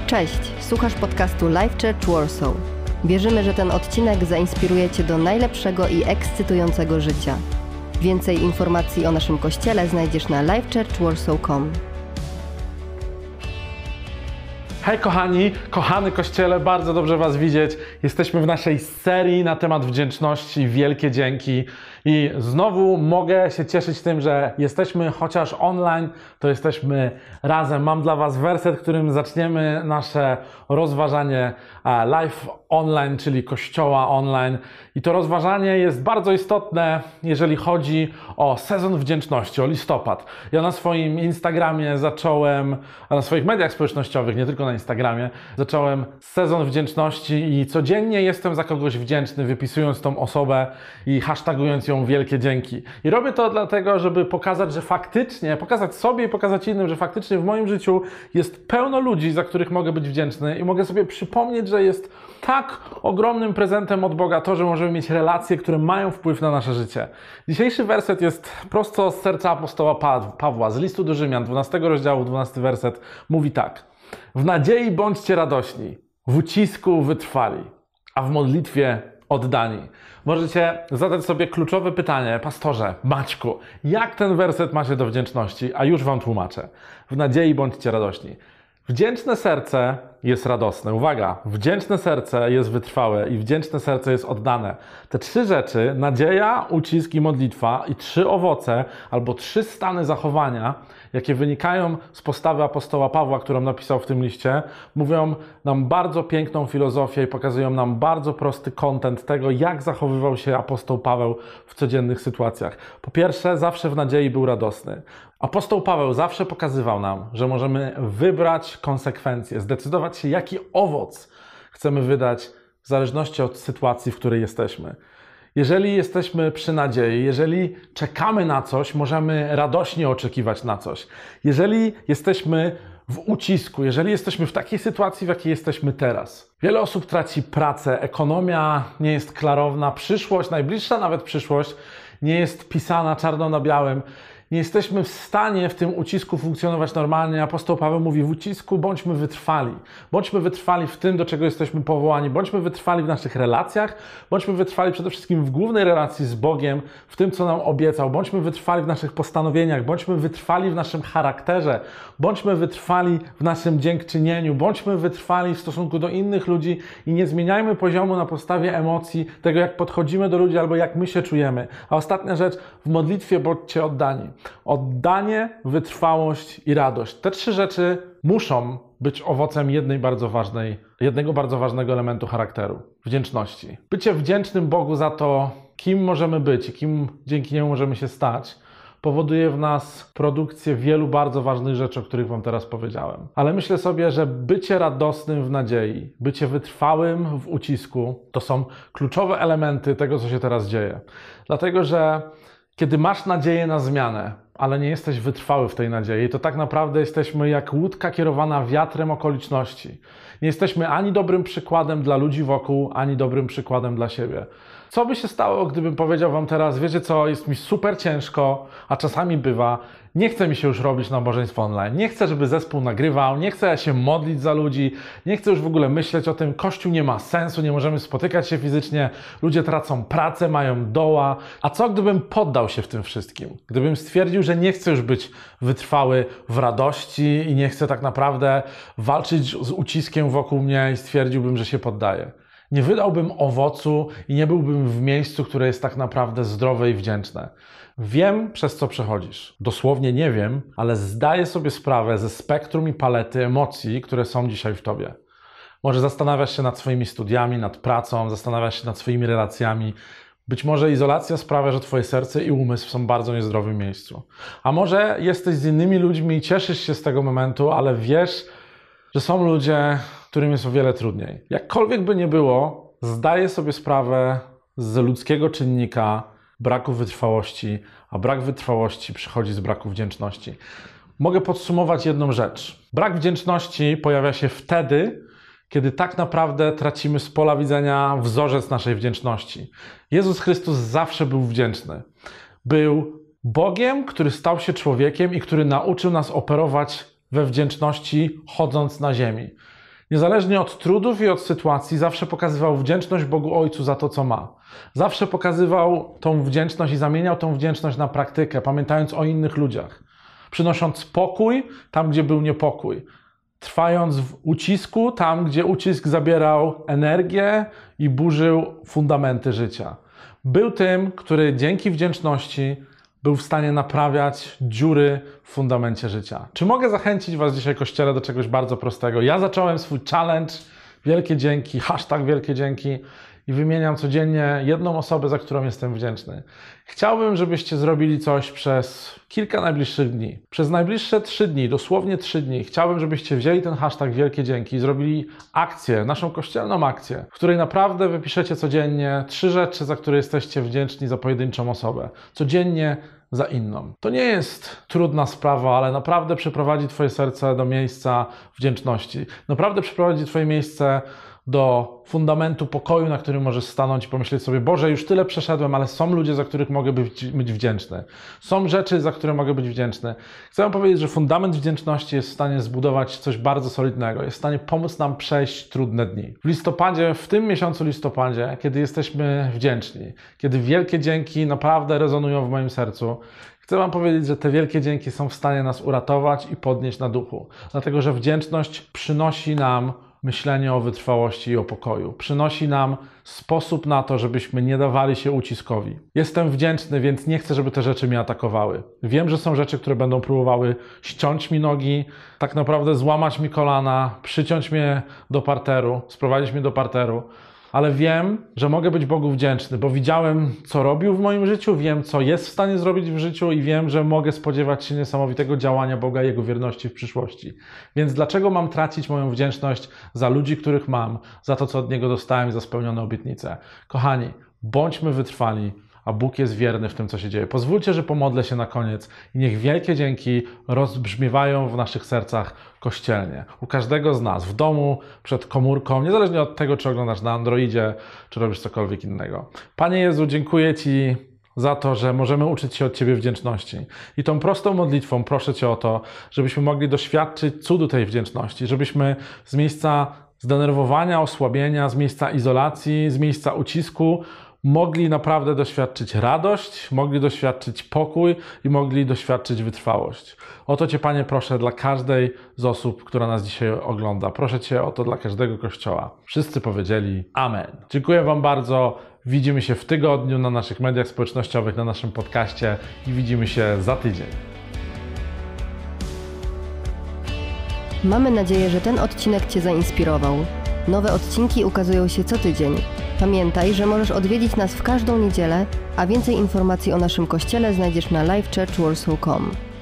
Cześć, słuchasz podcastu Life Church Warsaw. Wierzymy, że ten odcinek zainspiruje Cię do najlepszego i ekscytującego życia. Więcej informacji o naszym kościele znajdziesz na lifechurchwarsaw.com. Hej kochani, kochany Kościele, bardzo dobrze Was widzieć. Jesteśmy w naszej serii na temat wdzięczności, wielkie dzięki. I znowu mogę się cieszyć tym, że jesteśmy chociaż online, to jesteśmy razem. Mam dla Was werset, którym zaczniemy nasze rozważanie live online, czyli Kościoła online. I to rozważanie jest bardzo istotne, jeżeli chodzi o sezon wdzięczności, o listopad. Ja na swoim Instagramie zacząłem, a na swoich mediach społecznościowych, nie tylko na Instagramie, zacząłem sezon wdzięczności i codziennie jestem za kogoś wdzięczny, wypisując tą osobę i hashtagując ją wielkie dzięki. I robię to dlatego, żeby pokazać, że faktycznie, pokazać sobie i pokazać innym, że faktycznie w moim życiu jest pełno ludzi, za których mogę być wdzięczny i mogę sobie przypomnieć, że jest tak ogromnym prezentem od Boga to, że możemy mieć relacje, które mają wpływ na nasze życie. Dzisiejszy werset jest prosto z serca apostoła Pawła, z listu do Rzymian, 12 rozdziału, 12 werset, mówi tak. W nadziei bądźcie radośni, w ucisku wytrwali, a w modlitwie oddani. Możecie zadać sobie kluczowe pytanie, pastorze, Maćku, jak ten werset ma się do wdzięczności? A już Wam tłumaczę. W nadziei bądźcie radośni. Wdzięczne serce jest radosne. Uwaga, wdzięczne serce jest wytrwałe i wdzięczne serce jest oddane. Te trzy rzeczy, nadzieja, ucisk i modlitwa i trzy owoce albo trzy stany zachowania, jakie wynikają z postawy apostoła Pawła, którą napisał w tym liście, mówią nam bardzo piękną filozofię i pokazują nam bardzo prosty content tego, jak zachowywał się apostoł Paweł w codziennych sytuacjach. Po pierwsze, zawsze w nadziei był radosny. Apostoł Paweł zawsze pokazywał nam, że możemy wybrać konsekwencje, zdecydować się, jaki owoc chcemy wydać w zależności od sytuacji, w której jesteśmy. Jeżeli jesteśmy przy nadziei, jeżeli czekamy na coś, możemy radośnie oczekiwać na coś. Jeżeli jesteśmy w ucisku, jeżeli jesteśmy w takiej sytuacji, w jakiej jesteśmy teraz. Wiele osób traci pracę, ekonomia nie jest klarowna, przyszłość, najbliższa nawet przyszłość nie jest pisana czarno na białym. Nie jesteśmy w stanie w tym ucisku funkcjonować normalnie. Apostoł Paweł mówi, w ucisku bądźmy wytrwali. Bądźmy wytrwali w tym, do czego jesteśmy powołani. Bądźmy wytrwali w naszych relacjach. Bądźmy wytrwali przede wszystkim w głównej relacji z Bogiem, w tym, co nam obiecał. Bądźmy wytrwali w naszych postanowieniach. Bądźmy wytrwali w naszym charakterze. Bądźmy wytrwali w naszym dziękczynieniu. Bądźmy wytrwali w stosunku do innych ludzi i nie zmieniajmy poziomu na podstawie emocji, tego jak podchodzimy do ludzi albo jak my się czujemy. A ostatnia rzecz, w modlitwie bądźcie oddani. Oddanie, wytrwałość i radość. Te trzy rzeczy muszą być owocem jednego bardzo ważnego elementu charakteru. Wdzięczności. Bycie wdzięcznym Bogu za to, kim możemy być i kim dzięki niemu możemy się stać, powoduje w nas produkcję wielu bardzo ważnych rzeczy, o których Wam teraz powiedziałem. Ale myślę sobie, że bycie radosnym w nadziei, bycie wytrwałym w ucisku, to są kluczowe elementy tego, co się teraz dzieje. Dlatego, że kiedy masz nadzieję na zmianę, ale nie jesteś wytrwały w tej nadziei, to tak naprawdę jesteśmy jak łódka kierowana wiatrem okoliczności. Nie jesteśmy ani dobrym przykładem dla ludzi wokół, ani dobrym przykładem dla siebie. Co by się stało, gdybym powiedział Wam teraz, wiecie co, jest mi super ciężko, a czasami bywa, nie chce mi się już robić nabożeństw online, nie chcę, żeby zespół nagrywał, nie chcę się modlić za ludzi, nie chcę już w ogóle myśleć o tym, Kościół nie ma sensu, nie możemy spotykać się fizycznie, ludzie tracą pracę, mają doła. A co gdybym poddał się w tym wszystkim? Gdybym stwierdził, że nie chcę już być wytrwały w radości i nie chcę tak naprawdę walczyć z uciskiem wokół mnie i stwierdziłbym, że się poddaję. Nie wydałbym owocu i nie byłbym w miejscu, które jest tak naprawdę zdrowe i wdzięczne. Wiem, przez co przechodzisz. Dosłownie nie wiem, ale zdaję sobie sprawę ze spektrum i palety emocji, które są dzisiaj w Tobie. Może zastanawiasz się nad swoimi studiami, nad pracą, zastanawiasz się nad swoimi relacjami. Być może izolacja sprawia, że Twoje serce i umysł są w bardzo niezdrowym miejscu. A może jesteś z innymi ludźmi i cieszysz się z tego momentu, ale wiesz, że są ludzie, którym jest o wiele trudniej. Jakkolwiek by nie było, zdaję sobie sprawę z ludzkiego czynnika braku wytrwałości, a brak wytrwałości przychodzi z braku wdzięczności. Mogę podsumować jedną rzecz. Brak wdzięczności pojawia się wtedy, kiedy tak naprawdę tracimy z pola widzenia wzorzec naszej wdzięczności. Jezus Chrystus zawsze był wdzięczny. Był Bogiem, który stał się człowiekiem i który nauczył nas operować we wdzięczności, chodząc na ziemi. Niezależnie od trudów i od sytuacji, zawsze pokazywał wdzięczność Bogu Ojcu za to, co ma. Zawsze pokazywał tą wdzięczność i zamieniał tą wdzięczność na praktykę, pamiętając o innych ludziach. Przynosząc pokój tam, gdzie był niepokój. Trwając w ucisku tam, gdzie ucisk zabierał energię i burzył fundamenty życia. Był tym, który dzięki wdzięczności był w stanie naprawiać dziury w fundamencie życia. Czy mogę zachęcić Was dzisiaj, Kościele, do czegoś bardzo prostego? Ja zacząłem swój challenge Wielkie Dzięki, #Wielkie Dzięki i wymieniam codziennie jedną osobę, za którą jestem wdzięczny. Chciałbym, żebyście zrobili coś przez kilka najbliższych dni. Przez najbliższe 3 dni, dosłownie 3 dni, chciałbym, żebyście wzięli ten #Wielkie Dzięki i zrobili akcję, naszą kościelną akcję, w której naprawdę wypiszecie codziennie 3 rzeczy, za które jesteście wdzięczni za pojedynczą osobę. Codziennie za inną. To nie jest trudna sprawa, ale naprawdę przyprowadzi Twoje serce do miejsca wdzięczności. Naprawdę przyprowadzi Twoje miejsce do fundamentu pokoju, na którym możesz stanąć i pomyśleć sobie: Boże, już tyle przeszedłem, ale są ludzie, za których mogę być wdzięczny. Są rzeczy, za które mogę być wdzięczny. Chcę Wam powiedzieć, że fundament wdzięczności jest w stanie zbudować coś bardzo solidnego. Jest w stanie pomóc nam przejść trudne dni. W listopadzie, w tym miesiącu listopadzie, kiedy jesteśmy wdzięczni, kiedy wielkie dzięki naprawdę rezonują w moim sercu, chcę Wam powiedzieć, że te wielkie dzięki są w stanie nas uratować i podnieść na duchu. Dlatego, że wdzięczność przynosi nam myślenie o wytrwałości i o pokoju. Przynosi nam sposób na to, żebyśmy nie dawali się uciskowi. Jestem wdzięczny, więc nie chcę, żeby te rzeczy mnie atakowały. Wiem, że są rzeczy, które będą próbowały ściąć mi nogi, tak naprawdę złamać mi kolana, przyciąć mnie do parteru, sprowadzić mnie do parteru. Ale wiem, że mogę być Bogu wdzięczny, bo widziałem, co robił w moim życiu, wiem, co jest w stanie zrobić w życiu i wiem, że mogę spodziewać się niesamowitego działania Boga i Jego wierności w przyszłości. Więc dlaczego mam tracić moją wdzięczność za ludzi, których mam, za to, co od Niego dostałem, za spełnione obietnice? Kochani, bądźmy wytrwali, a Bóg jest wierny w tym, co się dzieje. Pozwólcie, że pomodlę się na koniec i niech wielkie dzięki rozbrzmiewają w naszych sercach kościelnie. U każdego z nas, w domu, przed komórką, niezależnie od tego, czy oglądasz na Androidzie, czy robisz cokolwiek innego. Panie Jezu, dziękuję Ci za to, że możemy uczyć się od Ciebie wdzięczności. I tą prostą modlitwą proszę Cię o to, żebyśmy mogli doświadczyć cudu tej wdzięczności, żebyśmy z miejsca zdenerwowania, osłabienia, z miejsca izolacji, z miejsca ucisku mogli naprawdę doświadczyć radość, mogli doświadczyć pokój i mogli doświadczyć wytrwałość. O to Cię, Panie, proszę dla każdej z osób, która nas dzisiaj ogląda. Proszę Cię o to dla każdego kościoła. Wszyscy powiedzieli amen. Dziękuję Wam bardzo. Widzimy się w tygodniu na naszych mediach społecznościowych, na naszym podcaście i widzimy się za tydzień. Mamy nadzieję, że ten odcinek Cię zainspirował. Nowe odcinki ukazują się co tydzień. Pamiętaj, że możesz odwiedzić nas w każdą niedzielę, a więcej informacji o naszym kościele znajdziesz na livechurchwarsaw.com.